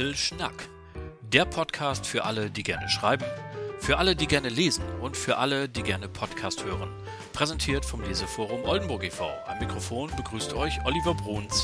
Little Schnack. Der Podcast für alle, die gerne schreiben, für alle, die gerne lesen und für alle, die gerne Podcast hören. Präsentiert vom Leseforum Oldenburg e.V. Am Mikrofon begrüßt euch Oliver Bruns.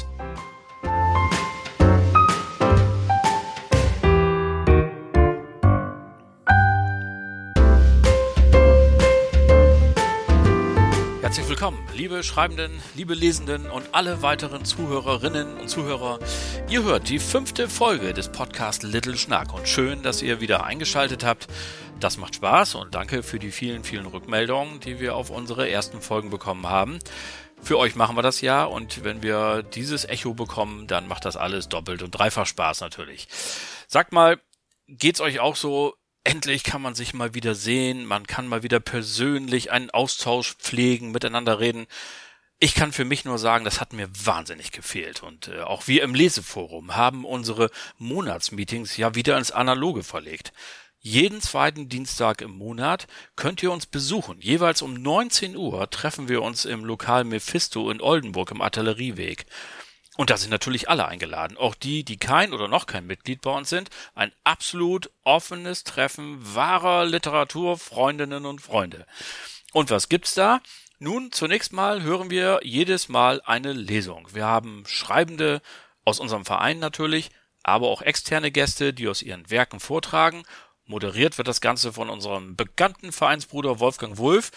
Herzlich willkommen, liebe Schreibenden, liebe Lesenden und alle weiteren Zuhörerinnen und Zuhörer. Ihr hört die 5. Folge des Podcasts Little Schnack und schön, dass ihr wieder eingeschaltet habt. Das macht Spaß und danke für die vielen, vielen Rückmeldungen, die wir auf unsere ersten Folgen bekommen haben. Für euch machen wir das ja und wenn wir dieses Echo bekommen, dann macht das alles doppelt und dreifach Spaß natürlich. Sagt mal, geht's euch auch so? Endlich kann man sich mal wieder sehen, man kann mal wieder persönlich einen Austausch pflegen, miteinander reden. Ich kann für mich nur sagen, das hat mir wahnsinnig gefehlt. Und auch wir im Leseforum haben unsere Monatsmeetings ja wieder ins Analoge verlegt. Jeden zweiten Dienstag im Monat könnt ihr uns besuchen. Jeweils um 19 Uhr treffen wir uns im Lokal Mephisto in Oldenburg im Artillerieweg. Und da sind natürlich alle eingeladen, auch die kein oder noch kein Mitglied bei uns sind. Ein absolut offenes Treffen wahrer Literaturfreundinnen und Freunde. Und was gibt's da? Nun, zunächst mal hören wir jedes Mal eine Lesung. Wir haben Schreibende aus unserem Verein natürlich, aber auch externe Gäste, die aus ihren Werken vortragen. Moderiert wird das Ganze von unserem bekannten Vereinsbruder Wolfgang Wulff.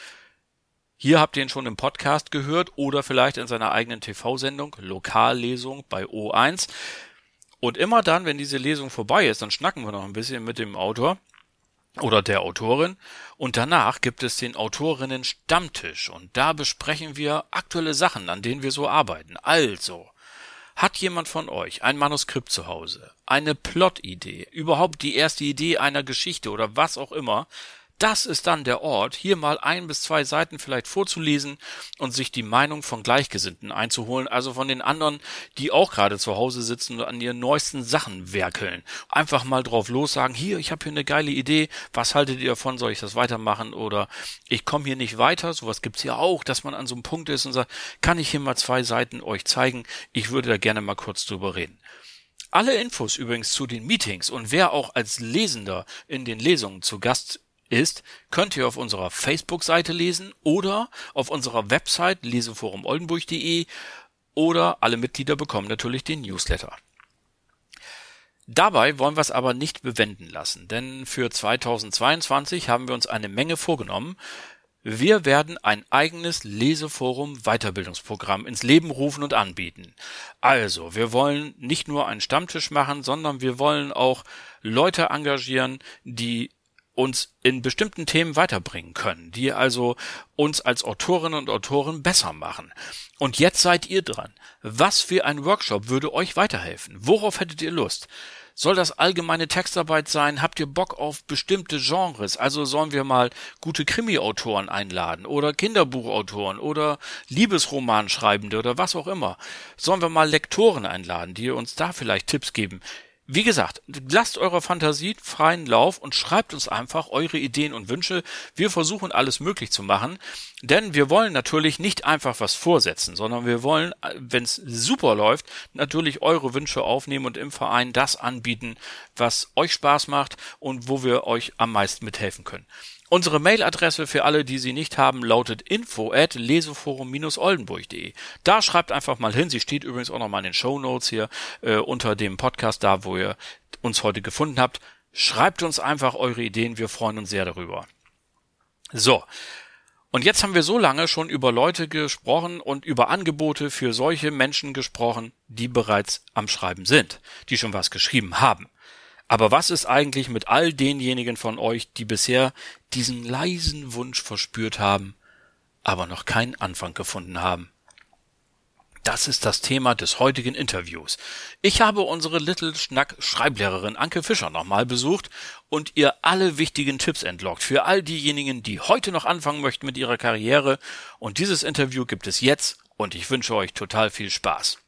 Hier habt ihr ihn schon im Podcast gehört oder vielleicht in seiner eigenen TV-Sendung Lokallesung bei O1. Und immer dann, wenn diese Lesung vorbei ist, dann schnacken wir noch ein bisschen mit dem Autor oder der Autorin. Und danach gibt es den Autorinnen-Stammtisch. Und da besprechen wir aktuelle Sachen, an denen wir so arbeiten. Also, hat jemand von euch ein Manuskript zu Hause, eine Plot-Idee, überhaupt die erste Idee einer Geschichte oder was auch immer? Das ist dann der Ort, hier mal 1 bis 2 Seiten vielleicht vorzulesen und sich die Meinung von Gleichgesinnten einzuholen, also von den anderen, die auch gerade zu Hause sitzen und an ihren neuesten Sachen werkeln. Einfach mal drauf los sagen, hier, ich habe hier eine geile Idee, was haltet ihr davon, soll ich das weitermachen oder ich komme hier nicht weiter, sowas gibt's ja auch, dass man an so einem Punkt ist und sagt, kann ich hier mal 2 Seiten euch zeigen, ich würde da gerne mal kurz drüber reden. Alle Infos übrigens zu den Meetings und wer auch als Lesender in den Lesungen zu Gast ist, könnt ihr auf unserer Facebook-Seite lesen oder auf unserer Website leseforumoldenburg.de oder alle Mitglieder bekommen natürlich den Newsletter. Dabei wollen wir es aber nicht bewenden lassen, denn für 2022 haben wir uns eine Menge vorgenommen. Wir werden ein eigenes Leseforum-Weiterbildungsprogramm ins Leben rufen und anbieten. Also, wir wollen nicht nur einen Stammtisch machen, sondern wir wollen auch Leute engagieren, die uns in bestimmten Themen weiterbringen können, die also uns als Autorinnen und Autoren besser machen. Und jetzt seid ihr dran. Was für ein Workshop würde euch weiterhelfen? Worauf hättet ihr Lust? Soll das allgemeine Textarbeit sein? Habt ihr Bock auf bestimmte Genres? Also sollen wir mal gute Krimi-Autoren einladen oder Kinderbuchautoren oder Liebesromanschreibende oder was auch immer? Sollen wir mal Lektoren einladen, die uns da vielleicht Tipps geben? Wie gesagt, lasst eurer Fantasie freien Lauf und schreibt uns einfach eure Ideen und Wünsche. Wir versuchen alles möglich zu machen, denn wir wollen natürlich nicht einfach was vorsetzen, sondern wir wollen, wenn es super läuft, natürlich eure Wünsche aufnehmen und im Verein das anbieten, was euch Spaß macht und wo wir euch am meisten mithelfen können. Unsere Mailadresse für alle, die sie nicht haben, lautet info@leseforum-oldenburg.de. Da schreibt einfach mal hin. Sie steht übrigens auch noch mal in den Shownotes hier unter dem Podcast, da wo ihr uns heute gefunden habt. Schreibt uns einfach eure Ideen. Wir freuen uns sehr darüber. So. Und jetzt haben wir so lange schon über Leute gesprochen und über Angebote für solche Menschen gesprochen, die bereits am Schreiben sind, die schon was geschrieben haben. Aber was ist eigentlich mit all denjenigen von euch, die bisher diesen leisen Wunsch verspürt haben, aber noch keinen Anfang gefunden haben? Das ist das Thema des heutigen Interviews. Ich habe unsere Little Schnack Schreiblehrerin Anke Fischer nochmal besucht und ihr alle wichtigen Tipps entlockt für all diejenigen, die heute noch anfangen möchten mit ihrer Karriere. Und dieses Interview gibt es jetzt und ich wünsche euch total viel Spaß.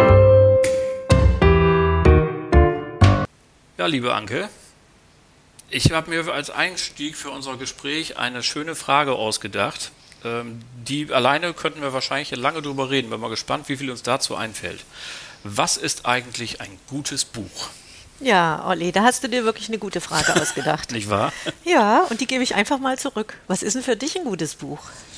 Ja, liebe Anke, Ich habe mir als Einstieg für unser Gespräch eine schöne Frage ausgedacht. Die alleine könnten wir wahrscheinlich lange drüber reden. Bin mal gespannt, wie viel uns dazu einfällt. Was ist eigentlich ein gutes Buch? Ja, Olli, da hast du dir wirklich eine gute Frage ausgedacht. Nicht wahr? Ja, und die gebe ich einfach mal zurück. Was ist denn für dich ein gutes Buch?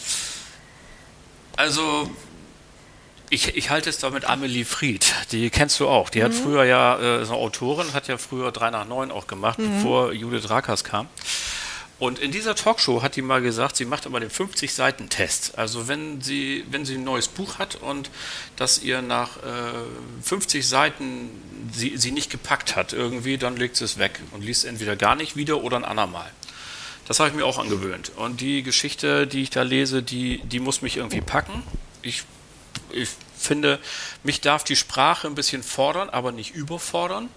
Also, ich halte es da mit Amelie Fried. Die kennst du auch. Die hat früher ja, ist eine Autorin, hat ja früher 3 nach 9 auch gemacht, bevor Judith Rakers kam. Und in dieser Talkshow hat die mal gesagt, sie macht immer den 50-Seiten-Test. Also wenn sie ein neues Buch hat und dass ihr nach 50 Seiten sie nicht gepackt hat irgendwie, dann legt sie es weg und liest entweder gar nicht wieder oder ein andermal. Das habe ich mir auch angewöhnt. Und die Geschichte, die ich da lese, die muss mich irgendwie packen. Ich finde, mich darf die Sprache ein bisschen fordern, aber nicht überfordern.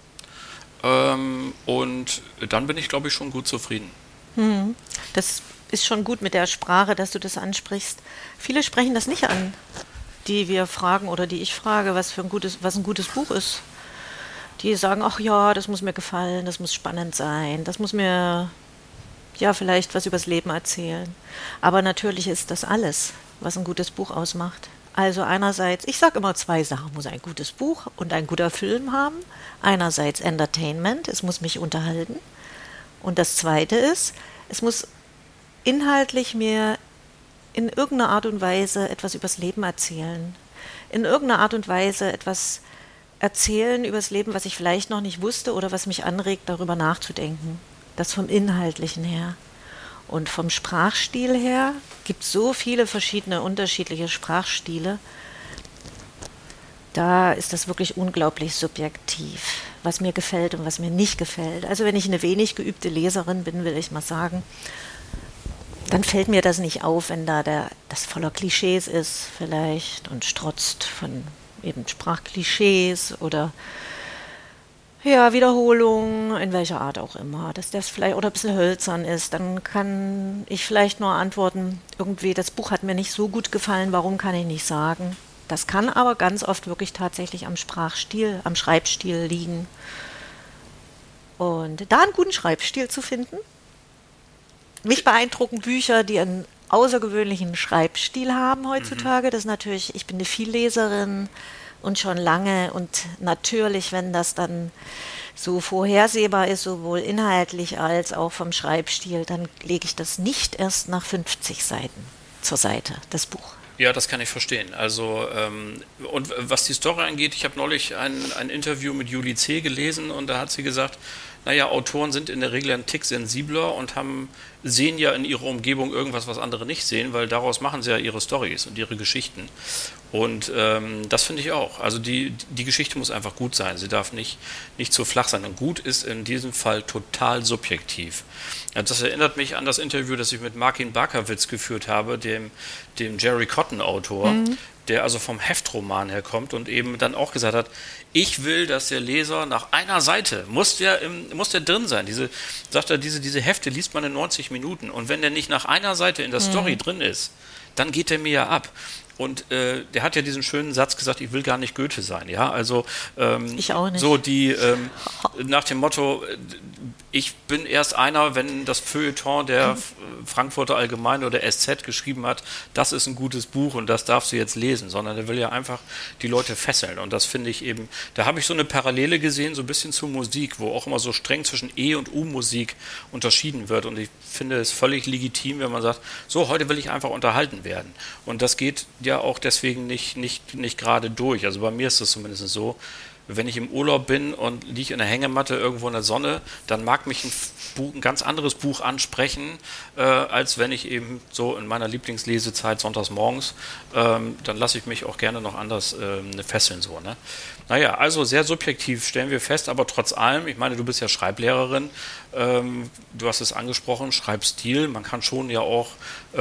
Und dann bin ich, glaube ich, schon gut zufrieden. Das ist schon gut mit der Sprache, dass du das ansprichst. Viele sprechen das nicht an, die wir fragen oder die ich frage, was ein gutes Buch ist. Die sagen, ach ja, das muss mir gefallen, das muss spannend sein, das muss mir ja vielleicht was übers Leben erzählen. Aber natürlich ist das alles, was ein gutes Buch ausmacht. Also einerseits, ich sage immer 2 Sachen, muss ein gutes Buch und ein guter Film haben. Einerseits Entertainment, es muss mich unterhalten. Und das Zweite ist, es muss inhaltlich mir in irgendeiner Art und Weise etwas übers Leben erzählen. In irgendeiner Art und Weise etwas erzählen übers Leben, was ich vielleicht noch nicht wusste oder was mich anregt, darüber nachzudenken. Das vom Inhaltlichen her. Und vom Sprachstil her gibt es so viele verschiedene unterschiedliche Sprachstile. Da ist das wirklich unglaublich subjektiv, was mir gefällt und was mir nicht gefällt. Also wenn ich eine wenig geübte Leserin bin, will ich mal sagen, dann fällt mir das nicht auf, wenn da das voller Klischees ist vielleicht und strotzt von eben Sprachklischees oder ja, Wiederholung, in welcher Art auch immer, dass das vielleicht oder ein bisschen hölzern ist, dann kann ich vielleicht nur antworten, irgendwie, das Buch hat mir nicht so gut gefallen, warum kann ich nicht sagen. Das kann aber ganz oft wirklich tatsächlich am Sprachstil, am Schreibstil liegen. Und da einen guten Schreibstil zu finden. Mich beeindrucken Bücher, die einen außergewöhnlichen Schreibstil haben heutzutage. Das ist natürlich, ich bin eine Vielleserin und schon lange. Und natürlich, wenn das dann so vorhersehbar ist, sowohl inhaltlich als auch vom Schreibstil, dann lege ich das nicht erst nach 50 Seiten zur Seite, das Buch. Ja, das kann ich verstehen. Also, und was die Story angeht, ich habe neulich ein Interview mit Julie C. gelesen und da hat sie gesagt, naja, Autoren sind in der Regel ein Tick sensibler und sehen ja in ihrer Umgebung irgendwas, was andere nicht sehen, weil daraus machen sie ja ihre Storys und ihre Geschichten. Und das finde ich auch. Also die Geschichte muss einfach gut sein. Sie darf nicht zu flach sein. Und gut ist in diesem Fall total subjektiv. Ja, das erinnert mich an das Interview, das ich mit Martin Barkawitz geführt habe, dem Jerry Cotton-Autor, der also vom Heftroman herkommt und eben dann auch gesagt hat, ich will, dass der Leser nach einer Seite, muss der drin sein. Sagt er, diese Hefte liest man in 90 Minuten und wenn der nicht nach einer Seite in der Story drin ist, dann geht der mir ja ab. Und der hat ja diesen schönen Satz gesagt, ich will gar nicht Goethe sein. Ja, also ich auch nicht. So nach dem Motto, ich bin erst einer, wenn das Feuilleton der Frankfurter Allgemeine oder SZ geschrieben hat, das ist ein gutes Buch und das darfst du jetzt lesen, sondern der will ja einfach die Leute fesseln. Und das finde ich eben, da habe ich so eine Parallele gesehen, so ein bisschen zur Musik, wo auch immer so streng zwischen E- und U-Musik unterschieden wird. Und ich finde es völlig legitim, wenn man sagt, so, heute will ich einfach unterhalten werden. Und das geht ja auch deswegen nicht gerade durch. Also bei mir ist es zumindest so, wenn ich im Urlaub bin und liege in der Hängematte irgendwo in der Sonne, dann mag mich ein ganz anderes Buch ansprechen, als wenn ich eben so in meiner Lieblingslesezeit sonntags morgens, dann lasse ich mich auch gerne noch anders fesseln. So, ne? Naja, also sehr subjektiv stellen wir fest, aber trotz allem, ich meine, du bist ja Schreiblehrerin, du hast es angesprochen, Schreibstil, man kann schon ja auch,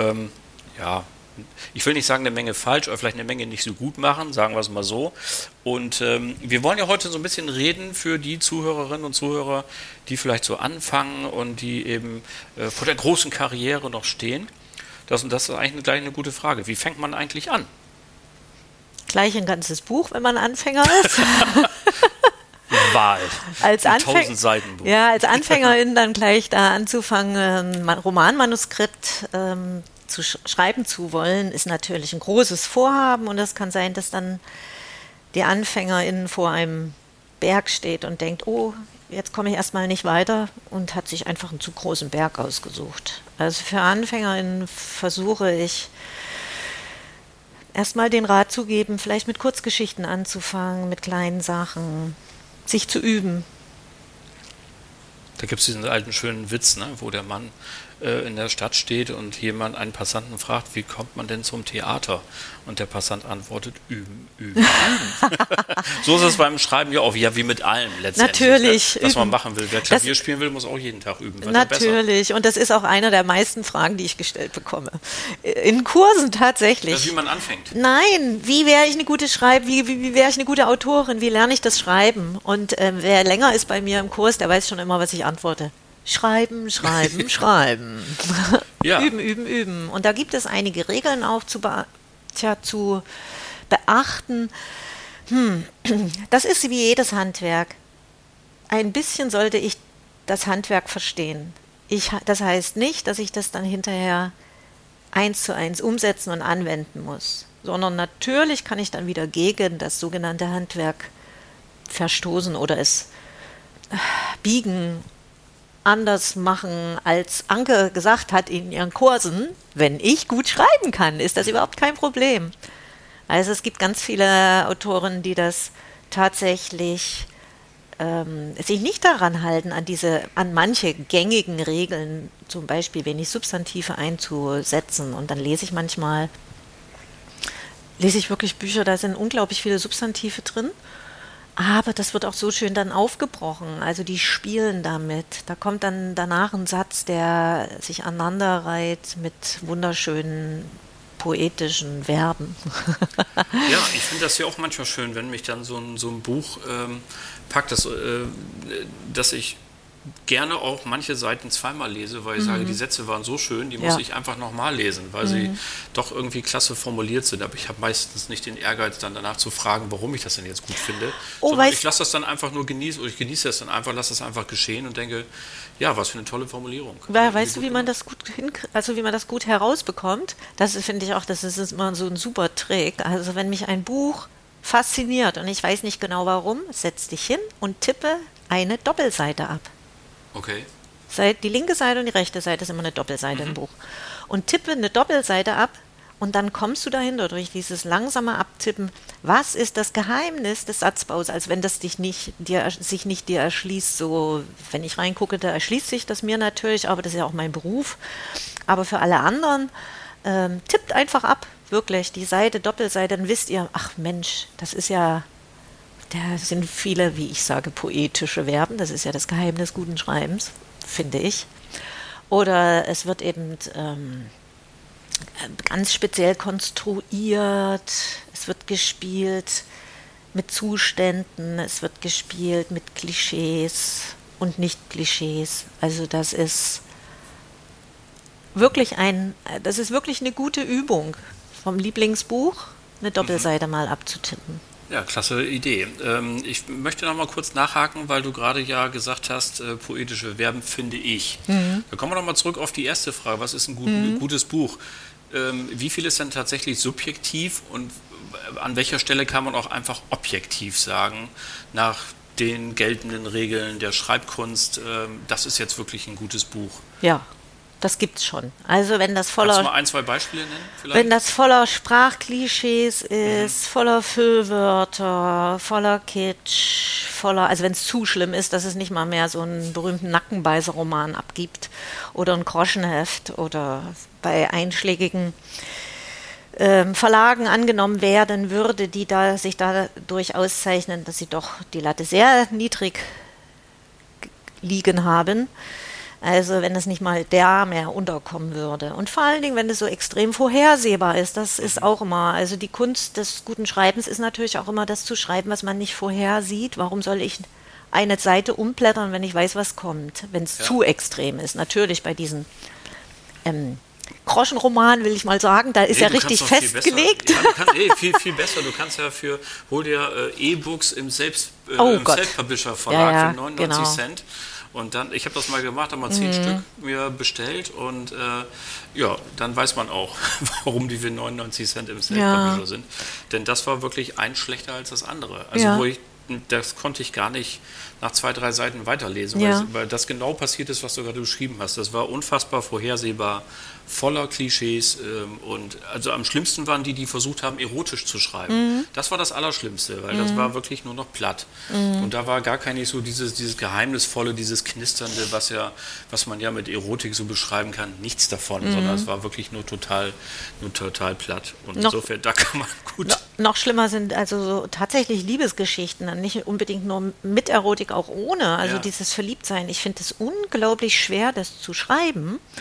ich will nicht sagen eine Menge falsch, aber vielleicht eine Menge nicht so gut machen, sagen wir es mal so. Und wir wollen ja heute so ein bisschen reden für die Zuhörerinnen und Zuhörer, die vielleicht so anfangen und die eben vor der großen Karriere noch stehen. Das ist eigentlich gleich eine gute Frage. Wie fängt man eigentlich an? Gleich ein ganzes Buch, wenn man Anfänger ist. Wahl. Als Ein 1000-Seiten-Buch. Ja, als Anfängerin dann gleich da anzufangen, ein Romanmanuskript schreiben zu wollen, ist natürlich ein großes Vorhaben, und es kann sein, dass dann die Anfängerin vor einem Berg steht und denkt, oh, jetzt komme ich erstmal nicht weiter, und hat sich einfach einen zu großen Berg ausgesucht. Also für AnfängerInnen versuche ich erstmal den Rat zu geben, vielleicht mit Kurzgeschichten anzufangen, mit kleinen Sachen, sich zu üben. Da gibt es diesen alten schönen Witz, ne, wo der Mann in der Stadt steht und jemand einen Passanten fragt, wie kommt man denn zum Theater? Und der Passant antwortet, üben, üben, üben. So ist es beim Schreiben ja auch, ja, wie mit allem letztendlich. Natürlich. Ne? Was man machen will. Wer Klavier spielen will, muss auch jeden Tag üben. Natürlich. Und das ist auch eine der meisten Fragen, die ich gestellt bekomme. In Kursen tatsächlich. Das ist, wie man anfängt. Nein, wie wäre ich eine gute wie wäre ich eine gute Autorin? Wie lerne ich das Schreiben? Und wer länger ist bei mir im Kurs, der weiß schon immer, was ich antworte. Schreiben, schreiben, schreiben. Ja. Üben, üben, üben. Und da gibt es einige Regeln auch zu beachten. Das ist wie jedes Handwerk. Ein bisschen sollte ich das Handwerk verstehen. Das heißt nicht, dass ich das dann hinterher 1:1 umsetzen und anwenden muss, sondern natürlich kann ich dann wieder gegen das sogenannte Handwerk verstoßen oder es biegen, anders machen, als Anke gesagt hat in ihren Kursen. Wenn ich gut schreiben kann, ist das überhaupt kein Problem. Also es gibt ganz viele Autoren, die das tatsächlich sich nicht daran halten, an manche gängigen Regeln, zum Beispiel wenig Substantive einzusetzen. Und dann lese ich wirklich Bücher, da sind unglaublich viele Substantive drin. Aber das wird auch so schön dann aufgebrochen, also die spielen damit. Da kommt dann danach ein Satz, der sich aneinanderreiht mit wunderschönen poetischen Verben. Ja, ich finde das ja auch manchmal schön, wenn mich dann so ein Buch packt, dass ich gerne auch manche Seiten zweimal lese, weil ich sage, die Sätze waren so schön, die muss ich einfach nochmal lesen, weil sie doch irgendwie klasse formuliert sind. Aber ich habe meistens nicht den Ehrgeiz, dann danach zu fragen, warum ich das denn jetzt gut finde. Sondern ich lasse das dann einfach nur genießen, oder ich genieße das dann einfach, lasse das einfach geschehen und denke, ja, was für eine tolle Formulierung. Weißt du, wie man das gut herausbekommt? Das finde ich auch, das ist immer so ein super Trick. Also wenn mich ein Buch fasziniert und ich weiß nicht genau warum, setz dich hin und tippe eine Doppelseite ab. Okay. Die linke Seite und die rechte Seite ist immer eine Doppelseite im Buch. Und tippe eine Doppelseite ab und dann kommst du dahinter durch dieses langsame Abtippen, was ist das Geheimnis des Satzbaus, als wenn das sich nicht dir erschließt. So, wenn ich reingucke, da erschließt sich das mir natürlich, aber das ist ja auch mein Beruf. Aber für alle anderen, tippt einfach ab, wirklich, die Seite, Doppelseite, dann wisst ihr, ach Mensch, das ist ja... Da sind viele, wie ich sage, poetische Verben. Das ist ja das Geheimnis guten Schreibens, finde ich. Oder es wird eben ganz speziell konstruiert. Es wird gespielt mit Zuständen. Es wird gespielt mit Klischees und Nicht-Klischees. Also das ist wirklich eine gute Übung, vom Lieblingsbuch eine Doppelseite mal abzutippen. Ja, klasse Idee. Ich möchte noch mal kurz nachhaken, weil du gerade ja gesagt hast, poetische Verben finde ich. Da kommen wir noch mal zurück auf die erste Frage. Was ist ein gutes Buch? Wie viel ist denn tatsächlich subjektiv und an welcher Stelle kann man auch einfach objektiv sagen, nach den geltenden Regeln der Schreibkunst, das ist jetzt wirklich ein gutes Buch? Ja. Das gibt's schon. Also wenn das Kannst du mal 1, 2 Beispiele nennen? Vielleicht? Wenn das voller Sprachklischees ist, voller Füllwörter, voller Kitsch, also wenn es zu schlimm ist, dass es nicht mal mehr so einen berühmten Nackenbeißer-Roman abgibt oder ein Groschenheft oder bei einschlägigen Verlagen angenommen werden würde, die sich dadurch auszeichnen, dass sie doch die Latte sehr niedrig liegen haben. Also wenn es nicht mal der mehr unterkommen würde. Und vor allen Dingen, wenn es so extrem vorhersehbar ist, das ist auch immer, also die Kunst des guten Schreibens ist natürlich auch immer das zu schreiben, was man nicht vorhersieht. Warum soll ich eine Seite umblättern, wenn ich weiß, was kommt, wenn es zu extrem ist? Natürlich bei diesen Groschenroman, will ich mal sagen. Da ist ja richtig festgelegt. Viel besser. Du kannst ja hol dir E-Books im Oh Gott. Self-Publisher-Verlag für 99 Cent. Und dann, ich habe das mal gemacht, habe mal 10 Stück mir bestellt und dann weiß man auch, warum die für 99 Cent im Self-Publisher sind. Denn das war wirklich ein schlechter als das andere. Also das konnte ich gar nicht nach 2, 3 Seiten weiterlesen, weil das genau passiert ist, was du gerade beschrieben hast. Das war unfassbar vorhersehbar, voller Klischees und also am schlimmsten waren die versucht haben, erotisch zu schreiben. Das war das Allerschlimmste, weil das war wirklich nur noch platt. Und da war gar nicht so dieses Geheimnisvolle, dieses Knisternde, was man ja mit Erotik so beschreiben kann, nichts davon, sondern es war wirklich nur total platt. Und insofern, da kann man gut... Noch schlimmer sind also so tatsächlich Liebesgeschichten, nicht unbedingt nur mit Erotik, auch ohne. Also dieses Verliebtsein. Ich finde es unglaublich schwer, das zu schreiben. Ja.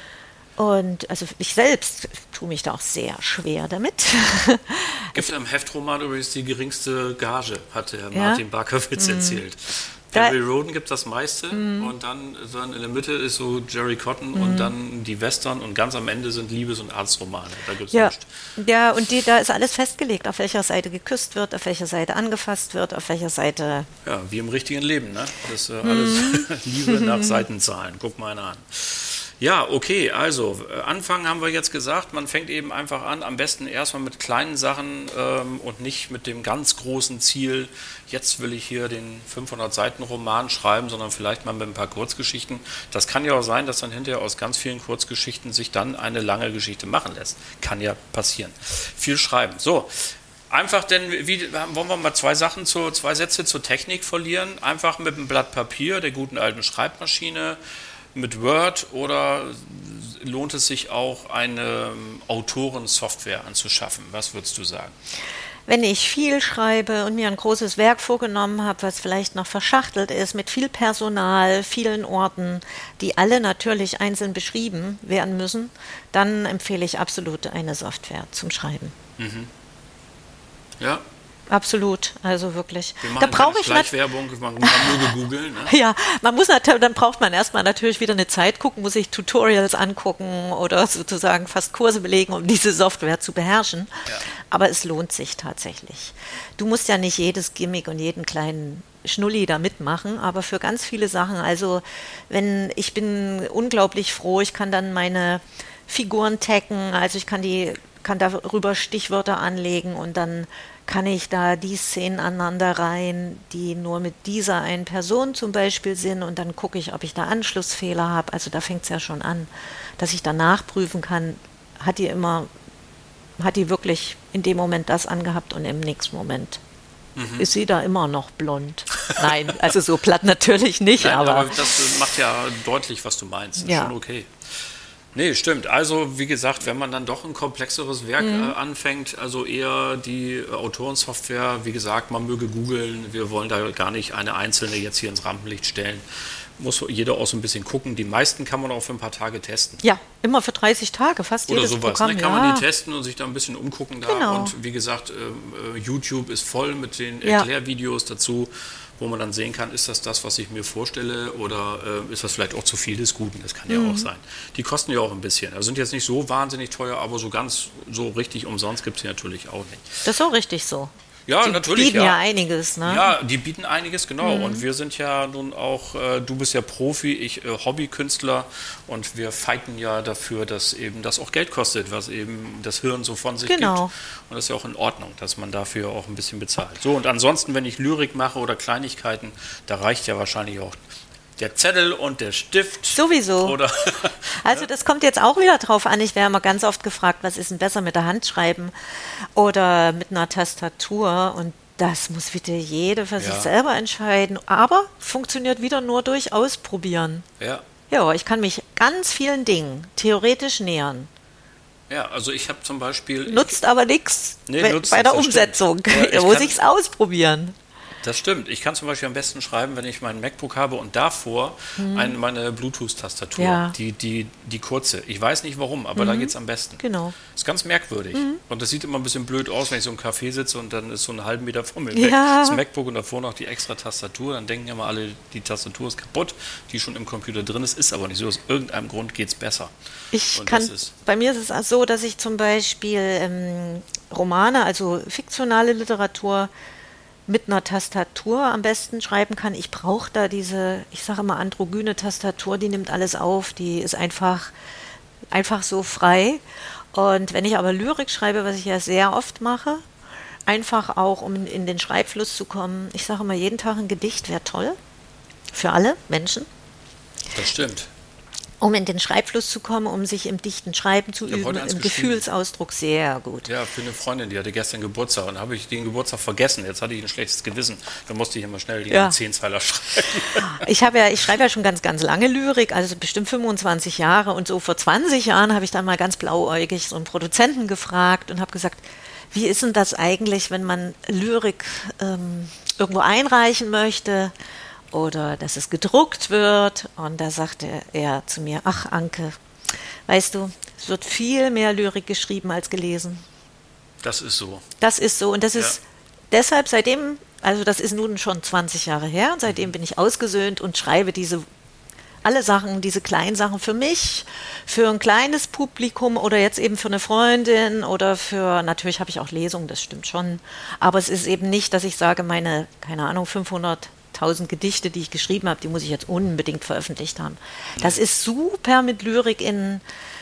Und also ich selbst tue mich da auch sehr schwer damit. Gibt im Heftroman übrigens die geringste Gage, hat der Martin Barkowitz erzählt. Perry Rhodan gibt das meiste und dann in der Mitte ist so Jerry Cotton und dann die Western und ganz am Ende sind Liebes- und Arztromane. Da gibt's nichts. Ja, und da ist alles festgelegt, auf welcher Seite geküsst wird, auf welcher Seite angefasst wird, auf welcher Seite... Ja, wie im richtigen Leben, ne? Das ist alles Liebe nach Seitenzahlen. Guck mal einer an. Ja, okay, also anfangen haben wir jetzt gesagt, man fängt eben einfach an, am besten erstmal mit kleinen Sachen und nicht mit dem ganz großen Ziel, jetzt will ich hier den 500-Seiten-Roman schreiben, sondern vielleicht mal mit ein paar Kurzgeschichten. Das kann ja auch sein, dass dann hinterher aus ganz vielen Kurzgeschichten sich dann eine lange Geschichte machen lässt. Kann ja passieren. Viel schreiben. So. Einfach denn, wollen wir mal zwei Sätze zur Technik verlieren? Einfach mit einem Blatt Papier, der guten alten Schreibmaschine, mit Word, oder lohnt es sich auch, eine Autorensoftware anzuschaffen? Was würdest du sagen? Wenn ich viel schreibe und mir ein großes Werk vorgenommen habe, was vielleicht noch verschachtelt ist, mit viel Personal, vielen Orten, die alle natürlich einzeln beschrieben werden müssen, dann empfehle ich absolut eine Software zum Schreiben. Mhm. Ja. Absolut, also wirklich. Wir machen keine Schleichwerbung, man möge googeln. Ne? Ja, dann braucht man erstmal natürlich wieder eine Zeit gucken, muss sich Tutorials angucken oder sozusagen fast Kurse belegen, um diese Software zu beherrschen. Ja. Aber es lohnt sich tatsächlich. Du musst ja nicht jedes Gimmick und jeden kleinen Schnulli da mitmachen, aber für ganz viele Sachen, also ich bin unglaublich froh, ich kann dann meine Figuren taggen, also ich kann darüber Stichwörter anlegen und dann kann ich da die Szenen aneinander rein, die nur mit dieser einen Person zum Beispiel sind, und dann gucke ich, ob ich da Anschlussfehler habe. Also da fängt es ja schon an, dass ich dann nachprüfen kann, hat die wirklich in dem Moment das angehabt und im nächsten Moment ist sie da immer noch blond. Nein, also so platt natürlich nicht. Nein, aber das macht ja deutlich, was du meinst. Das ist schon okay. Nee, stimmt. Also wie gesagt, wenn man dann doch ein komplexeres Werk anfängt, also eher die Autorensoftware, wie gesagt, man möge googeln, wir wollen da gar nicht eine einzelne jetzt hier ins Rampenlicht stellen. Muss jeder auch so ein bisschen gucken. Die meisten kann man auch für ein paar Tage testen. Ja, immer für 30 Tage, fast oder jedes sowas, Programm. Ne? Kann man die testen und sich da ein bisschen umgucken da. Genau. Und wie gesagt, YouTube ist voll mit den Erklärvideos dazu, wo man dann sehen kann, ist das, was ich mir vorstelle, oder ist das vielleicht auch zu viel des Guten? Das kann ja auch sein. Die kosten ja auch ein bisschen. Also sind jetzt nicht so wahnsinnig teuer, aber so richtig umsonst gibt es sie natürlich auch nicht. Das ist auch richtig so. Ja, die natürlich. Die bieten ja einiges, ne? Ja, die bieten einiges, genau. Und wir sind ja nun auch, du bist ja Profi, ich Hobbykünstler, und wir fighten ja dafür, dass eben das auch Geld kostet, was eben das Hirn so von sich gibt. Und das ist ja auch in Ordnung, dass man dafür auch ein bisschen bezahlt. So, und ansonsten, wenn ich Lyrik mache oder Kleinigkeiten, da reicht ja wahrscheinlich auch der Zettel und der Stift. Sowieso. Oder also das kommt jetzt auch wieder drauf an. Ich werde immer ganz oft gefragt, was ist denn besser, mit der Hand schreiben oder mit einer Tastatur? Und das muss bitte jede für sich selber entscheiden. Aber funktioniert wieder nur durch Ausprobieren. Ja. Ja, ich kann mich ganz vielen Dingen theoretisch nähern. Ja, also ich habe zum Beispiel... Nutzt aber nichts bei der Umsetzung. Ja, da muss ich es ausprobieren. Das stimmt. Ich kann zum Beispiel am besten schreiben, wenn ich mein MacBook habe und davor meine Bluetooth-Tastatur, Ja. die kurze. Ich weiß nicht warum, aber da geht es am besten. Genau. Ist ganz merkwürdig. Und das sieht immer ein bisschen blöd aus, wenn ich so im Café sitze und dann ist so einen halben Meter vor mir weg Ja. das MacBook und davor noch die extra Tastatur. Dann denken immer alle, die Tastatur ist kaputt, die schon im Computer drin ist aber nicht so. Aus irgendeinem Grund geht es besser. Bei mir ist es so, dass ich zum Beispiel Romane, also fiktionale Literatur, mit einer Tastatur am besten schreiben kann. Ich brauche da diese, ich sage immer androgyne Tastatur, die nimmt alles auf, die ist einfach so frei. Und wenn ich aber Lyrik schreibe, was ich ja sehr oft mache, einfach auch, um in den Schreibfluss zu kommen, ich sage immer, jeden Tag ein Gedicht wäre toll, für alle Menschen. Das stimmt. Um in den Schreibfluss zu kommen, um sich im dichten Schreiben zu üben, im Gefühlsausdruck, sehr gut. Ja, für eine Freundin, die hatte gestern Geburtstag und habe ich den Geburtstag vergessen. Jetzt hatte ich ein schlechtes Gewissen. Da musste ich immer schnell die 10-Zeiler schreiben. Ich schreibe ja schon ganz, ganz lange Lyrik, also bestimmt 25 Jahre. Und so vor 20 Jahren habe ich dann mal ganz blauäugig so einen Produzenten gefragt und habe gesagt, wie ist denn das eigentlich, wenn man Lyrik irgendwo einreichen möchte? Oder dass es gedruckt wird. Und da sagte er zu mir, ach Anke, weißt du, es wird viel mehr Lyrik geschrieben als gelesen. Das ist so. Das ist so. Und das ist deshalb seitdem, also das ist nun schon 20 Jahre her, und seitdem bin ich ausgesöhnt und schreibe alle Sachen, diese kleinen Sachen für mich, für ein kleines Publikum oder jetzt eben für eine Freundin oder natürlich habe ich auch Lesungen, das stimmt schon. Aber es ist eben nicht, dass ich sage, meine, keine Ahnung, 500.000 Gedichte, die ich geschrieben habe, die muss ich jetzt unbedingt veröffentlicht haben. Das ist super, mit Lyrik in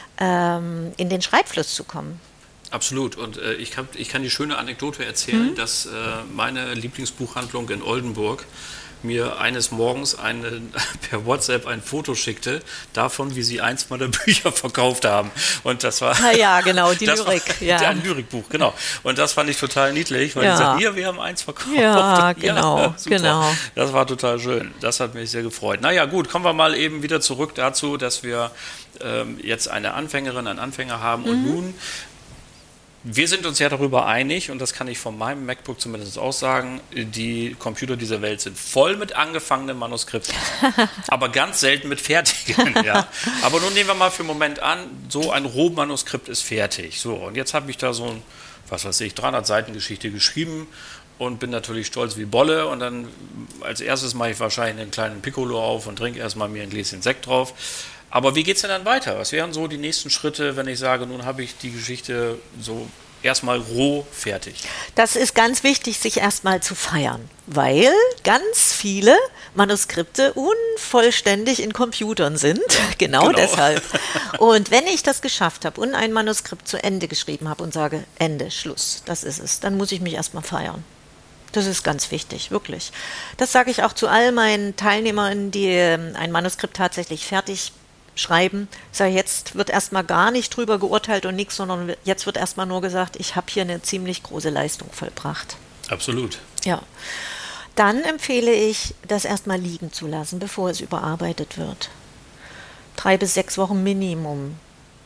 den Schreibfluss zu kommen. Absolut. Und ich kann die schöne Anekdote erzählen, dass meine Lieblingsbuchhandlung in Oldenburg mir eines Morgens per WhatsApp ein Foto schickte davon, wie sie einst mal Bücher verkauft haben. Und das war... Ja, genau, die Lyrik. Ein Lyrikbuch, genau. Und das fand ich total niedlich, weil die sagten, hier, wir haben eins verkauft. Ja, genau, genau. Das war total schön. Das hat mich sehr gefreut. Naja, gut, kommen wir mal eben wieder zurück dazu, dass wir jetzt eine Anfängerin, einen Anfänger haben und nun... Wir sind uns ja darüber einig, und das kann ich von meinem MacBook zumindest auch sagen, die Computer dieser Welt sind voll mit angefangenen Manuskripten, aber ganz selten mit fertigen. Ja. Aber nun nehmen wir mal für einen Moment an, so ein Rohmanuskript ist fertig. So, und jetzt habe ich da so ein, 300 Seiten Geschichte geschrieben und bin natürlich stolz wie Bolle, und dann als erstes mache ich wahrscheinlich einen kleinen Piccolo auf und trinke erstmal mir ein Gläschen Sekt drauf. Aber wie geht es denn dann weiter? Was wären so die nächsten Schritte, wenn ich sage, nun habe ich die Geschichte so erstmal roh fertig? Das ist ganz wichtig, sich erstmal zu feiern, weil ganz viele Manuskripte unvollständig in Computern sind. Genau deshalb. Und wenn ich das geschafft habe und ein Manuskript zu Ende geschrieben habe und sage, Ende, Schluss, das ist es, dann muss ich mich erstmal feiern. Das ist ganz wichtig, wirklich. Das sage ich auch zu all meinen Teilnehmern, die ein Manuskript tatsächlich fertig schreiben. Ich sage, jetzt wird erstmal gar nicht drüber geurteilt und nichts, sondern jetzt wird erstmal nur gesagt, ich habe hier eine ziemlich große Leistung vollbracht. Absolut. Ja. Dann empfehle ich, das erstmal liegen zu lassen, bevor es überarbeitet wird. 3 bis 6 Wochen Minimum.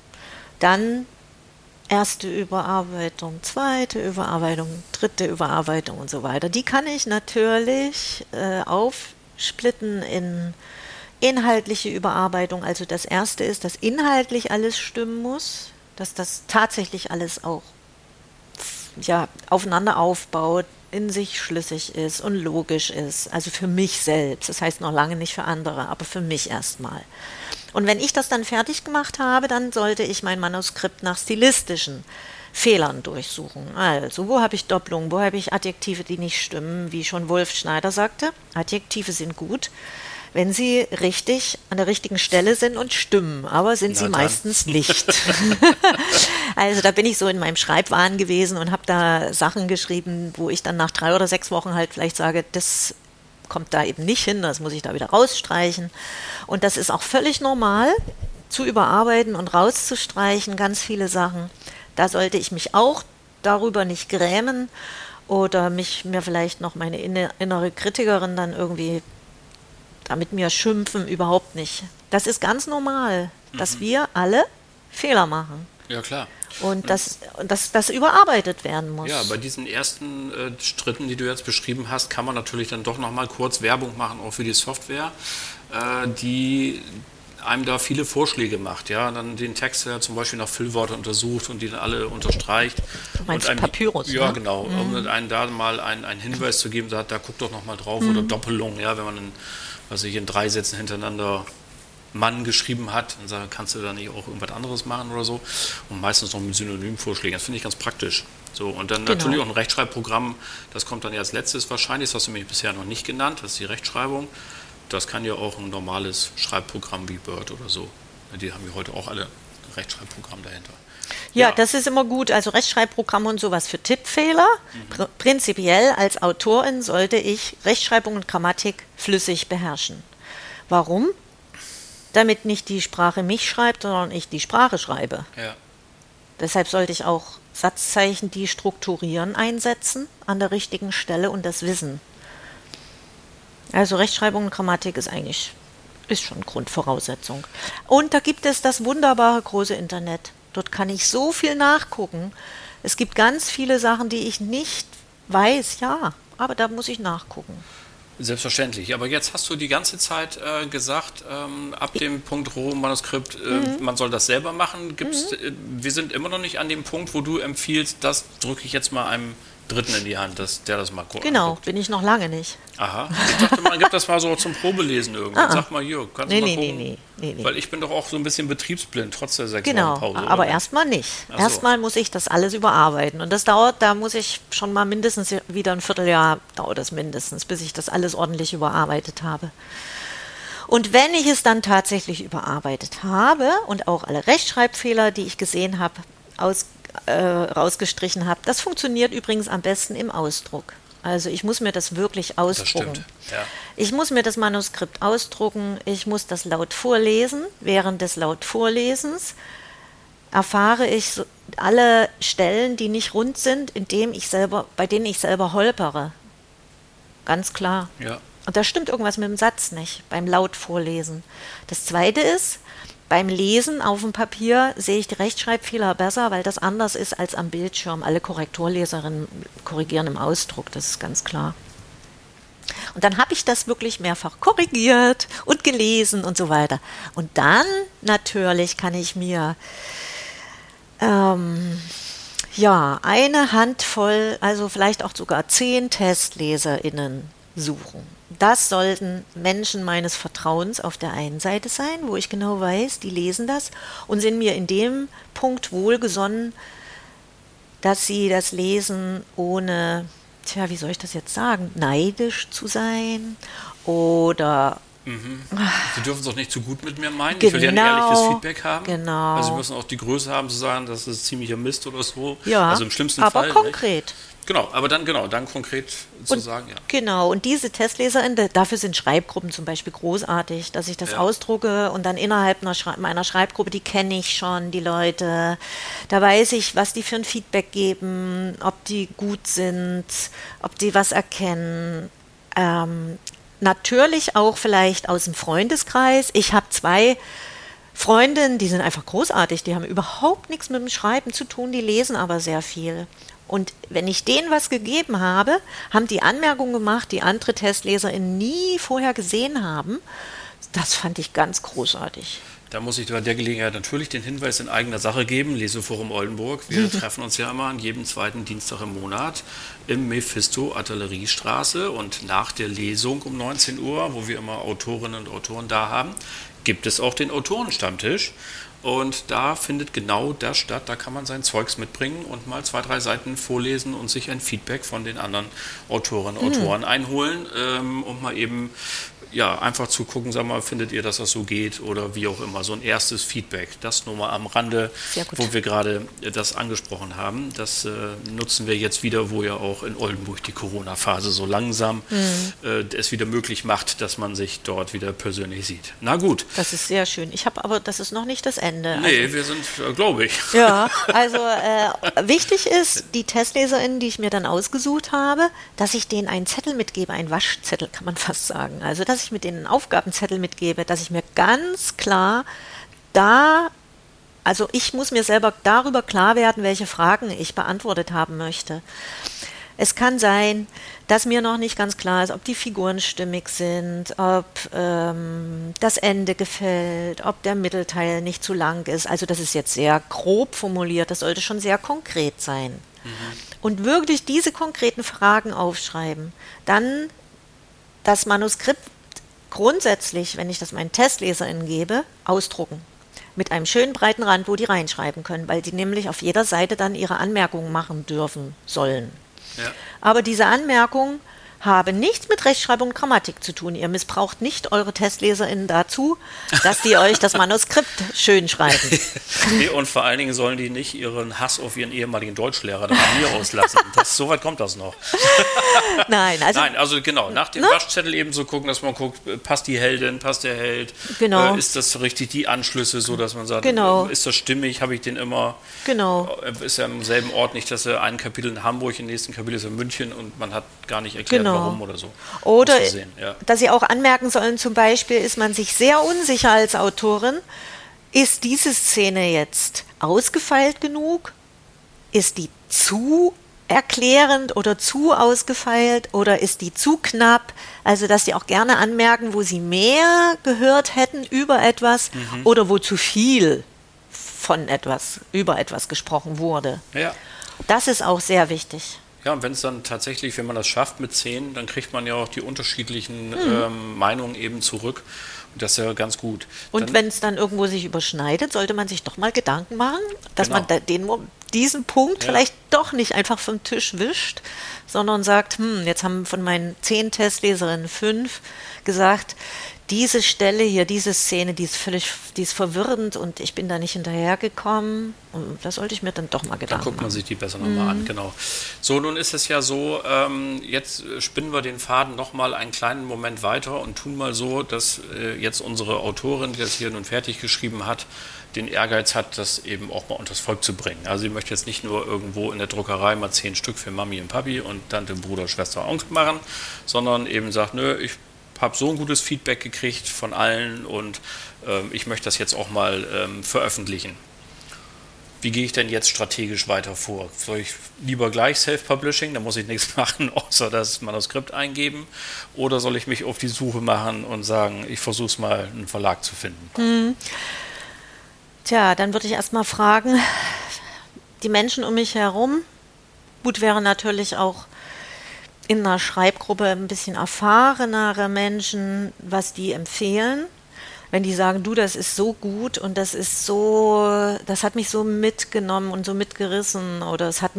Dann erste Überarbeitung, zweite Überarbeitung, dritte Überarbeitung und so weiter. Die kann ich natürlich aufsplitten in inhaltliche Überarbeitung. Also das erste ist, dass inhaltlich alles stimmen muss, dass das tatsächlich alles auch aufeinander aufbaut, in sich schlüssig ist und logisch ist. Also für mich selbst. Das heißt noch lange nicht für andere, aber für mich erstmal. Und wenn ich das dann fertig gemacht habe, dann sollte ich mein Manuskript nach stilistischen Fehlern durchsuchen. Also, wo habe ich Doppelungen, wo habe ich Adjektive, die nicht stimmen, wie schon Wolf Schneider sagte. Adjektive sind gut, wenn sie richtig an der richtigen Stelle sind und stimmen, aber sind sie meistens nicht. Also da bin ich so in meinem Schreibwahn gewesen und habe da Sachen geschrieben, wo ich dann nach 3 oder 6 Wochen halt vielleicht sage, das kommt da eben nicht hin, das muss ich da wieder rausstreichen. Und das ist auch völlig normal, zu überarbeiten und rauszustreichen, ganz viele Sachen. Da sollte ich mich auch darüber nicht grämen oder mir vielleicht noch meine innere Kritikerin dann irgendwie damit mir schimpfen, überhaupt nicht. Das ist ganz normal, dass wir alle Fehler machen. Ja, klar. Und das überarbeitet werden muss. Ja, bei diesen ersten Schritten, die du jetzt beschrieben hast, kann man natürlich dann doch nochmal kurz Werbung machen, auch für die Software, die einem da viele Vorschläge macht, ja, dann den Text ja zum Beispiel nach Füllwörtern untersucht und die dann alle unterstreicht. Du meinst und einem, Papyrus, ja, ne? genau, um einen da mal einen Hinweis zu geben, sagt, da guck doch nochmal drauf, oder Doppelung, ja, wenn man in 3 Sätzen hintereinander Mann geschrieben hat, dann kannst du da nicht auch irgendwas anderes machen oder so, und meistens noch mit Synonymvorschlägen, das finde ich ganz praktisch. So, und dann natürlich auch ein Rechtschreibprogramm, das kommt dann ja als letztes wahrscheinlich, das hast du mich bisher noch nicht genannt, das ist die Rechtschreibung. Das kann ja auch ein normales Schreibprogramm wie Word oder so. Die haben ja heute auch alle ein Rechtschreibprogramm dahinter. Ja, das ist immer gut. Also Rechtschreibprogramme und sowas für Tippfehler. Prinzipiell als Autorin sollte ich Rechtschreibung und Grammatik flüssig beherrschen. Warum? Damit nicht die Sprache mich schreibt, sondern ich die Sprache schreibe. Ja. Deshalb sollte ich auch Satzzeichen, die strukturieren, einsetzen an der richtigen Stelle und das Wissen. Also Rechtschreibung und Grammatik ist schon Grundvoraussetzung. Und da gibt es das wunderbare große Internet. Dort kann ich so viel nachgucken. Es gibt ganz viele Sachen, die ich nicht weiß, ja, aber da muss ich nachgucken. Selbstverständlich. Aber jetzt hast du die ganze Zeit gesagt, ab dem Punkt Rohmanuskript, man soll das selber machen. Wir sind immer noch nicht an dem Punkt, wo du empfiehlst, das drücke ich jetzt mal einem Dritten in die Hand, der das mal guckt. Genau, anguckt. bin ich noch lange nicht. Aha. Ich dachte, man gibt das mal so zum Probelesen irgendwie. Sag mal hier, kannst du mal gucken? Nee. Weil ich bin doch auch so ein bisschen betriebsblind, trotz der 6 Wochen Pause. Genau, aber erstmal nicht. So. Erstmal muss ich das alles überarbeiten. Und das dauert, da muss ich schon mal mindestens wieder ein Vierteljahr, dauert das mindestens, bis ich das alles ordentlich überarbeitet habe. Und wenn ich es dann tatsächlich überarbeitet habe und auch alle Rechtschreibfehler, die ich gesehen habe, rausgestrichen habe. Das funktioniert übrigens am besten im Ausdruck. Also ich muss mir das wirklich ausdrucken. Das stimmt, ja. Ich muss mir das Manuskript ausdrucken, ich muss das laut vorlesen. Während des laut Vorlesens erfahre ich alle Stellen, die nicht rund sind, bei denen ich selber holpere. Ganz klar. Ja. Und da stimmt irgendwas mit dem Satz nicht, beim laut Vorlesen. Das Zweite ist, beim Lesen auf dem Papier sehe ich die Rechtschreibfehler besser, weil das anders ist als am Bildschirm. Alle Korrekturleserinnen korrigieren im Ausdruck, das ist ganz klar. Und dann habe ich das wirklich mehrfach korrigiert und gelesen und so weiter. Und dann natürlich kann ich mir eine Handvoll, also vielleicht auch sogar 10 TestleserInnen suchen. Das sollten Menschen meines Vertrauens auf der einen Seite sein, wo ich genau weiß, die lesen das und sind mir in dem Punkt wohlgesonnen, dass sie das lesen ohne, wie soll ich das jetzt sagen, neidisch zu sein oder... Sie dürfen es auch nicht zu gut mit mir meinen. Ich will ja ein ehrliches Feedback haben. Genau. Also Sie müssen auch die Größe haben zu sagen, das ist ziemlicher Mist oder so. Ja, also im schlimmsten aber Fall. Konkret. Nicht? Genau, aber dann konkret zu sagen, ja. Genau, und diese TestleserInnen, dafür sind Schreibgruppen zum Beispiel großartig, dass ich das ausdrucke und dann innerhalb meiner Schreibgruppe, die kenne ich schon, die Leute, da weiß ich, was die für ein Feedback geben, ob die gut sind, ob die was erkennen. Natürlich auch vielleicht aus dem Freundeskreis. Ich habe 2 Freundinnen, die sind einfach großartig, die haben überhaupt nichts mit dem Schreiben zu tun, die lesen aber sehr viel. Und wenn ich denen was gegeben habe, haben die Anmerkungen gemacht, die andere TestleserInnen nie vorher gesehen haben. Das fand ich ganz großartig. Da muss ich bei der Gelegenheit natürlich den Hinweis in eigener Sache geben, Leseforum Oldenburg. Wir treffen uns ja immer an jedem 2. Dienstag im Monat im Mephisto Artilleriestraße und nach der Lesung um 19 Uhr, wo wir immer Autorinnen und Autoren da haben, gibt es auch den Autorenstammtisch. Und da findet genau das statt, da kann man sein Zeugs mitbringen und mal 2, 3 Seiten vorlesen und sich ein Feedback von den anderen Autorinnen und Autoren einholen, um mal eben einfach zu gucken, sag mal, findet ihr, dass das so geht oder wie auch immer, so ein erstes Feedback. Das nur mal am Rande, wo wir gerade das angesprochen haben. Das nutzen wir jetzt wieder, wo ja auch in Oldenburg die Corona-Phase so langsam es wieder möglich macht, dass man sich dort wieder persönlich sieht. Na gut. Das ist sehr schön. Aber das ist noch nicht das Ende. Nee, also, wir sind, glaube ich. Ja, also wichtig ist, die TestleserInnen, die ich mir dann ausgesucht habe, dass ich denen einen Zettel mitgebe, einen Waschzettel, kann man fast sagen. Also, dass ich mit denen einen Aufgabenzettel mitgebe, dass ich mir ganz klar da Also ich muss mir selber darüber klar werden, welche Fragen ich beantwortet haben möchte. Es kann sein, dass mir noch nicht ganz klar ist, ob die Figuren stimmig sind, ob das Ende gefällt, ob der Mittelteil nicht zu lang ist. Also das ist jetzt sehr grob formuliert, das sollte schon sehr konkret sein. Und wirklich diese konkreten Fragen aufschreiben. Dann das Manuskript grundsätzlich, wenn ich das meinen TestleserInnen gebe, ausdrucken. Mit einem schönen breiten Rand, wo die reinschreiben können, weil die nämlich auf jeder Seite dann ihre Anmerkungen machen dürfen sollen. Ja. Aber diese Anmerkungen haben nichts mit Rechtschreibung und Grammatik zu tun. Ihr missbraucht nicht eure TestleserInnen dazu, dass die euch das Manuskript schön schreiben. Nee, und vor allen Dingen sollen die nicht ihren Hass auf ihren ehemaligen Deutschlehrer dann an mir auslassen. So weit kommt das noch. Nein, also genau, nach dem Waschzettel eben so gucken, dass man guckt, passt die Heldin, passt der Held, genau. Ist das richtig, die Anschlüsse, so dass man sagt, genau. Ist das stimmig, habe ich den immer, genau. Ist ja im selben Ort, nicht, dass er ein Kapitel in Hamburg, im nächsten Kapitel ist er in München und man hat gar nicht erklärt, warum oder so. Oder, dass Sie auch anmerken sollen, zum Beispiel ist man sich sehr unsicher als Autorin, ist diese Szene jetzt ausgefeilt genug? Ist die zu erklärend oder zu ausgefeilt oder ist die zu knapp? Also, dass Sie auch gerne anmerken, wo Sie mehr gehört hätten über etwas oder wo zu viel von etwas, über etwas gesprochen wurde. Ja. Das ist auch sehr wichtig. Ja, und wenn es dann tatsächlich, wenn man das schafft mit 10, dann kriegt man ja auch die unterschiedlichen Meinungen eben zurück. Und das ist ja ganz gut. Und wenn es dann irgendwo sich überschneidet, sollte man sich doch mal Gedanken machen, dass man diesen Punkt vielleicht doch nicht einfach vom Tisch wischt, sondern sagt, jetzt haben von meinen 10 Testleserinnen 5 gesagt, diese Stelle hier, diese Szene, die ist verwirrend und ich bin da nicht hinterhergekommen. Und da sollte ich mir dann doch mal Gedanken machen. Dann guckt man sich die besser nochmal an, genau. So, nun ist es ja so, jetzt spinnen wir den Faden nochmal einen kleinen Moment weiter und tun mal so, dass jetzt unsere Autorin, die das hier nun fertig geschrieben hat, den Ehrgeiz hat, das eben auch mal unters Volk zu bringen. Also sie möchte jetzt nicht nur irgendwo in der Druckerei mal 10 Stück für Mami und Papi und Tante, Bruder, Schwester, Onkel machen, sondern eben sagt, ich habe so ein gutes Feedback gekriegt von allen und ich möchte das jetzt auch mal veröffentlichen. Wie gehe ich denn jetzt strategisch weiter vor? Soll ich lieber gleich Self-Publishing, da muss ich nichts machen, außer das Manuskript eingeben? Oder soll ich mich auf die Suche machen und sagen, ich versuche es mal, einen Verlag zu finden? Tja, dann würde ich erstmal fragen, die Menschen um mich herum, gut wäre natürlich auch in einer Schreibgruppe ein bisschen erfahrenere Menschen, was die empfehlen. Wenn die sagen, du, das ist so gut und das hat mich so mitgenommen und so mitgerissen oder es hat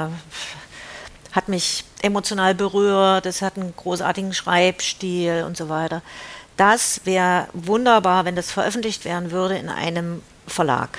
mich emotional berührt, es hat einen großartigen Schreibstil und so weiter. Das wäre wunderbar, wenn das veröffentlicht werden würde in einem Verlag.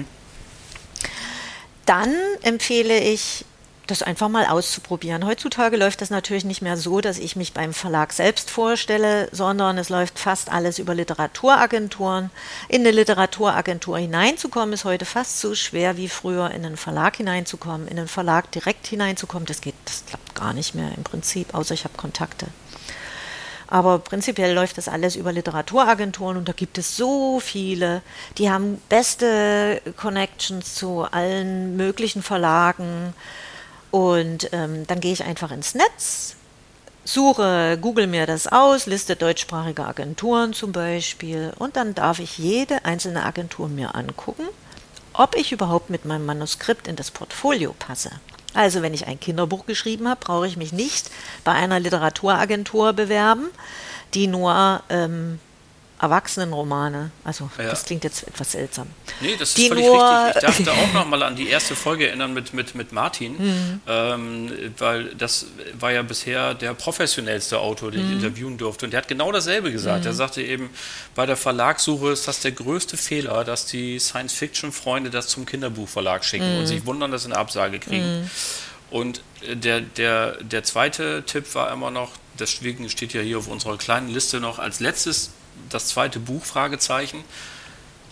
Dann empfehle ich, das einfach mal auszuprobieren. Heutzutage läuft das natürlich nicht mehr so, dass ich mich beim Verlag selbst vorstelle, sondern es läuft fast alles über Literaturagenturen. In eine Literaturagentur hineinzukommen, ist heute fast so schwer wie früher in einen Verlag hineinzukommen. In einen Verlag direkt hineinzukommen, das klappt gar nicht mehr im Prinzip, außer ich habe Kontakte. Aber prinzipiell läuft das alles über Literaturagenturen und da gibt es so viele, die haben beste Connections zu allen möglichen Verlagen. Und dann gehe ich einfach ins Netz, google mir das aus, Liste deutschsprachige Agenturen zum Beispiel und dann darf ich jede einzelne Agentur mir angucken, ob ich überhaupt mit meinem Manuskript in das Portfolio passe. Also wenn ich ein Kinderbuch geschrieben habe, brauche ich mich nicht bei einer Literaturagentur bewerben, die nur Erwachsenenromane, also das klingt jetzt etwas seltsam. Nee, das ist völlig richtig. Ich darf da auch nochmal an die erste Folge erinnern mit Martin, weil das war ja bisher der professionellste Autor, den ich interviewen durfte. Und der hat genau dasselbe gesagt. Er sagte eben, bei der Verlagssuche ist das der größte Fehler, dass die Science-Fiction-Freunde das zum Kinderbuchverlag schicken und sich wundern, dass sie eine Absage kriegen. Und der zweite Tipp war immer noch, deswegen steht ja hier auf unserer kleinen Liste noch als letztes das zweite Buch, Fragezeichen.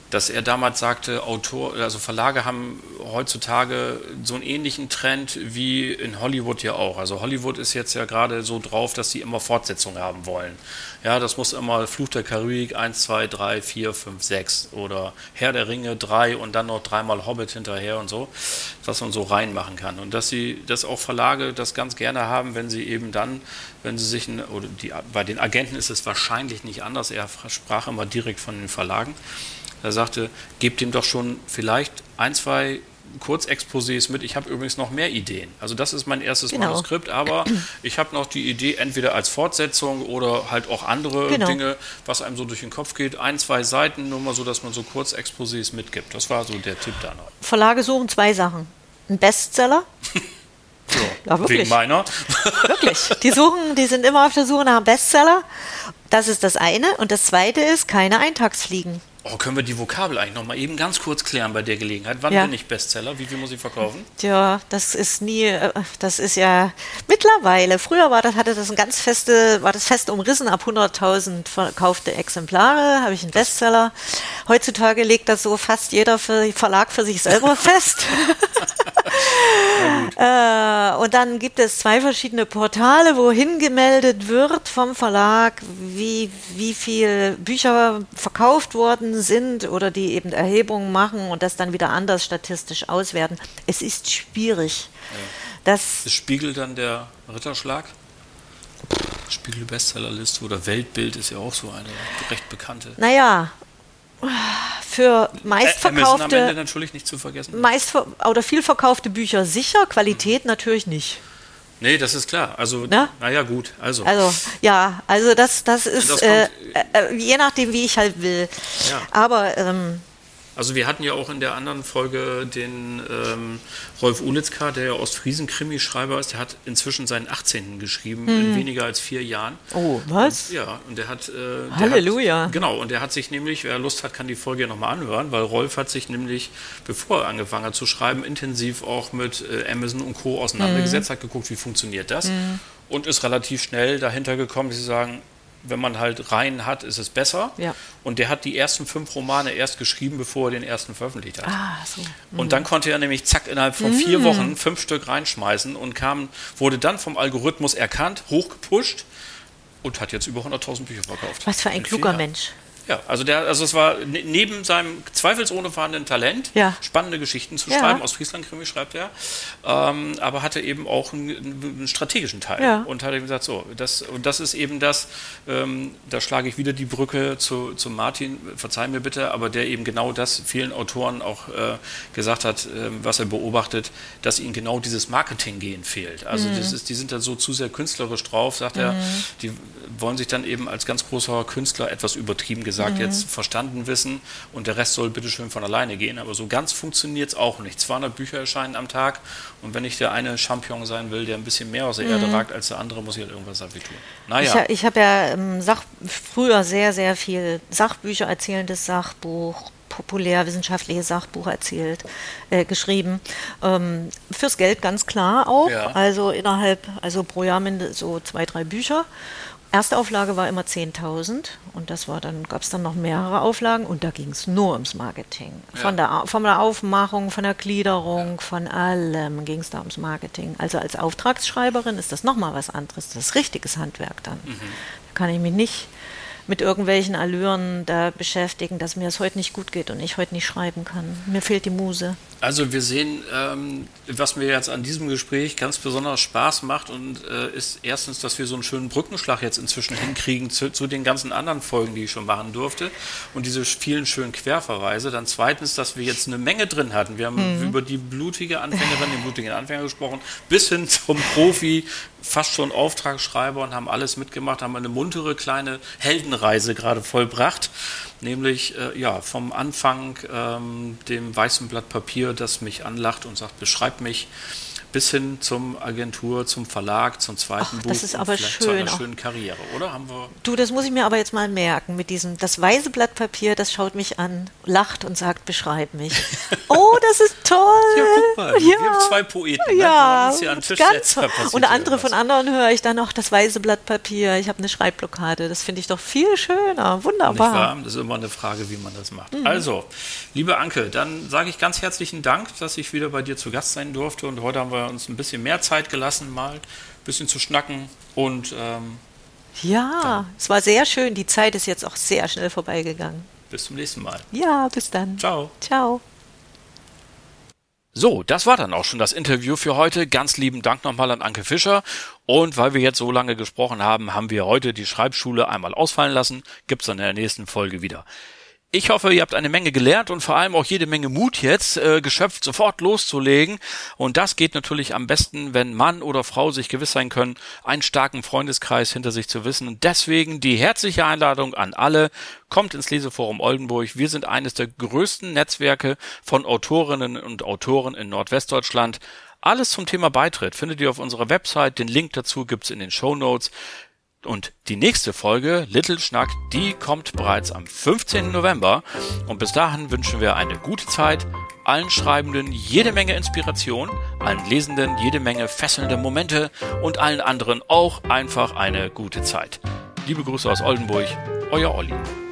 dass er damals sagte, Verlage haben heutzutage so einen ähnlichen Trend wie in Hollywood ja auch. Also Hollywood ist jetzt ja gerade so drauf, dass sie immer Fortsetzungen haben wollen. Ja, das muss immer Fluch der Karibik 1, 2, 3, 4, 5, 6 oder Herr der Ringe 3 und dann noch 3-mal Hobbit hinterher und so, was man so reinmachen kann. Und dass auch Verlage das ganz gerne haben, wenn sie eben dann, wenn sie sich, bei den Agenten ist es wahrscheinlich nicht anders, er sprach immer direkt von den Verlagen. Er sagte, gebt ihm doch schon vielleicht 1, 2 Kurzexposés mit. Ich habe übrigens noch mehr Ideen. Also das ist mein erstes Manuskript, aber ich habe noch die Idee, entweder als Fortsetzung oder halt auch andere Dinge, was einem so durch den Kopf geht. 1, 2 Seiten, nur mal so, dass man so Kurzexposés mitgibt. Das war so der Tipp da noch. Verlage suchen 2 Sachen. Ein Bestseller. Ja, wirklich. Wegen meiner. Wirklich. Die sind immer auf der Suche nach einem Bestseller. Das ist das eine. Und das zweite ist, keine Eintagsfliegen. Oh, können wir die Vokabel eigentlich noch mal eben ganz kurz klären bei der Gelegenheit? Wann bin ich Bestseller? Wie viel muss ich verkaufen? Ja, das ist ja mittlerweile. Früher war das fest umrissen, ab 100.000 verkaufte Exemplare habe ich einen Bestseller. Heutzutage legt das so fast jeder Verlag für sich selber fest. Und dann gibt es 2 verschiedene Portale, wo hingemeldet wird vom Verlag, wie viel Bücher verkauft worden sind oder die eben Erhebungen machen und das dann wieder anders statistisch auswerten. Es ist schwierig. Ja. Ist Spiegel dann der Ritterschlag? Spiegel Bestsellerliste oder Weltbild ist ja auch so eine recht bekannte. Naja, für meistverkaufte, am Ende natürlich nicht zu vergessen. Oder viel verkaufte Bücher sicher, Qualität natürlich nicht. Nee, das ist klar. Also, naja, gut. Also das ist je nachdem, wie ich halt will. Ja. Aber also wir hatten ja auch in der anderen Folge den Rolf Ulitzka, der ja Ostfriesen-Krimi-Schreiber ist, der hat inzwischen seinen 18. geschrieben, in weniger als 4 Jahren. Oh, was? Und der hat... Halleluja. Und der hat sich nämlich, wer Lust hat, kann die Folge ja nochmal anhören, weil Rolf hat sich nämlich, bevor er angefangen hat zu schreiben, intensiv auch mit Amazon und Co. auseinandergesetzt, hat geguckt, wie funktioniert das und ist relativ schnell dahinter gekommen, dass sie sagen, wenn man halt Reihen hat, ist es besser. Ja. Und der hat die ersten 5 Romane erst geschrieben, bevor er den ersten veröffentlicht hat. So. Und dann konnte er nämlich innerhalb von 4 Wochen 5 Stück reinschmeißen und wurde dann vom Algorithmus erkannt, hochgepusht und hat jetzt über 100.000 Bücher verkauft. Was für ein kluger Mensch. Ja, also es war neben seinem zweifelsohne vorhandenen Talent, spannende Geschichten zu schreiben, aus Friesland-Krimi schreibt er, aber hatte eben auch einen strategischen Teil. Ja. Und hat eben gesagt, das ist eben das, da schlage ich wieder die Brücke zu Martin, verzeih mir bitte, aber der eben genau das vielen Autoren auch gesagt hat, was er beobachtet, dass ihnen genau dieses Marketing-Gehen fehlt. Also die sind da so zu sehr künstlerisch drauf, sagt er, die wollen sich dann eben als ganz großer Künstler etwas übertrieben gesagt jetzt verstanden wissen und der Rest soll bitteschön von alleine gehen. Aber so ganz funktioniert es auch nicht. 200 Bücher erscheinen am Tag und wenn ich der eine Champion sein will, der ein bisschen mehr aus der Erde ragt als der andere, muss ich halt irgendwas dafür tun. Naja. Ich habe ja früher sehr, sehr viel Sachbücher, erzählendes Sachbuch, populärwissenschaftliches Sachbuch geschrieben. Fürs Geld ganz klar auch. Ja. Also pro Jahr so 2, 3 Bücher. Erste Auflage war immer 10.000 und gab es dann noch mehrere Auflagen und da ging es nur ums Marketing. Ja. Von der Aufmachung, von der Gliederung, von allem ging es da ums Marketing. Also als Auftragsschreiberin ist das nochmal was anderes. Das ist richtiges Handwerk dann. Da kann ich mich nicht mit irgendwelchen Allüren da beschäftigen, dass mir es heute nicht gut geht und ich heute nicht schreiben kann. Mir fehlt die Muse. Also wir sehen, was mir jetzt an diesem Gespräch ganz besonders Spaß macht und ist erstens, dass wir so einen schönen Brückenschlag jetzt inzwischen hinkriegen zu den ganzen anderen Folgen, die ich schon machen durfte und diese vielen schönen Querverweise. Dann zweitens, dass wir jetzt eine Menge drin hatten. Wir haben über die blutige Anfängerin, den blutigen Anfänger gesprochen, bis hin zum Profi, fast schon Auftragsschreiber und haben alles mitgemacht, haben eine muntere kleine Heldenreise gerade vollbracht. Nämlich vom Anfang dem weißen Blatt Papier, das mich anlacht und sagt, beschreib mich, bis hin zum Agentur, zum Verlag, zum zweiten Buch. Das ist aber schön. Zu einer schönen Karriere, oder? Du, das muss ich mir aber jetzt mal merken, mit diesem, das weiße Blatt Papier, das schaut mich an, lacht und sagt, beschreib mich. Oh, das ist toll. Ja, guck mal, wir haben zwei Poeten, ja, ne? Uns hier an den Tisch setzen. Und andere von anderen höre ich dann noch, das weiße Blatt Papier, ich habe eine Schreibblockade, das finde ich doch viel schöner, wunderbar. Das ist immer eine Frage, wie man das macht. Also, liebe Anke, dann sage ich ganz herzlichen Dank, dass ich wieder bei dir zu Gast sein durfte und heute haben wir uns ein bisschen mehr Zeit gelassen, mal ein bisschen zu schnacken und es war sehr schön, die Zeit ist jetzt auch sehr schnell vorbeigegangen. Bis zum nächsten Mal. Ja, bis dann. Ciao. Ciao. So, das war dann auch schon das Interview für heute. Ganz lieben Dank nochmal an Anke Fischer. Und weil wir jetzt so lange gesprochen haben, haben wir heute die Schreibschule einmal ausfallen lassen. Gibt's dann in der nächsten Folge wieder. Ich hoffe, ihr habt eine Menge gelernt und vor allem auch jede Menge Mut jetzt geschöpft, sofort loszulegen. Und das geht natürlich am besten, wenn Mann oder Frau sich gewiss sein können, einen starken Freundeskreis hinter sich zu wissen. Und deswegen die herzliche Einladung an alle, kommt ins Leseforum Oldenburg. Wir sind eines der größten Netzwerke von Autorinnen und Autoren in Nordwestdeutschland. Alles zum Thema Beitritt findet ihr auf unserer Website. Den Link dazu gibt's in den Shownotes. Und die nächste Folge, Little Schnack, die kommt bereits am 15. November. Und bis dahin wünschen wir eine gute Zeit, allen Schreibenden jede Menge Inspiration, allen Lesenden jede Menge fesselnde Momente und allen anderen auch einfach eine gute Zeit. Liebe Grüße aus Oldenburg, euer Olli.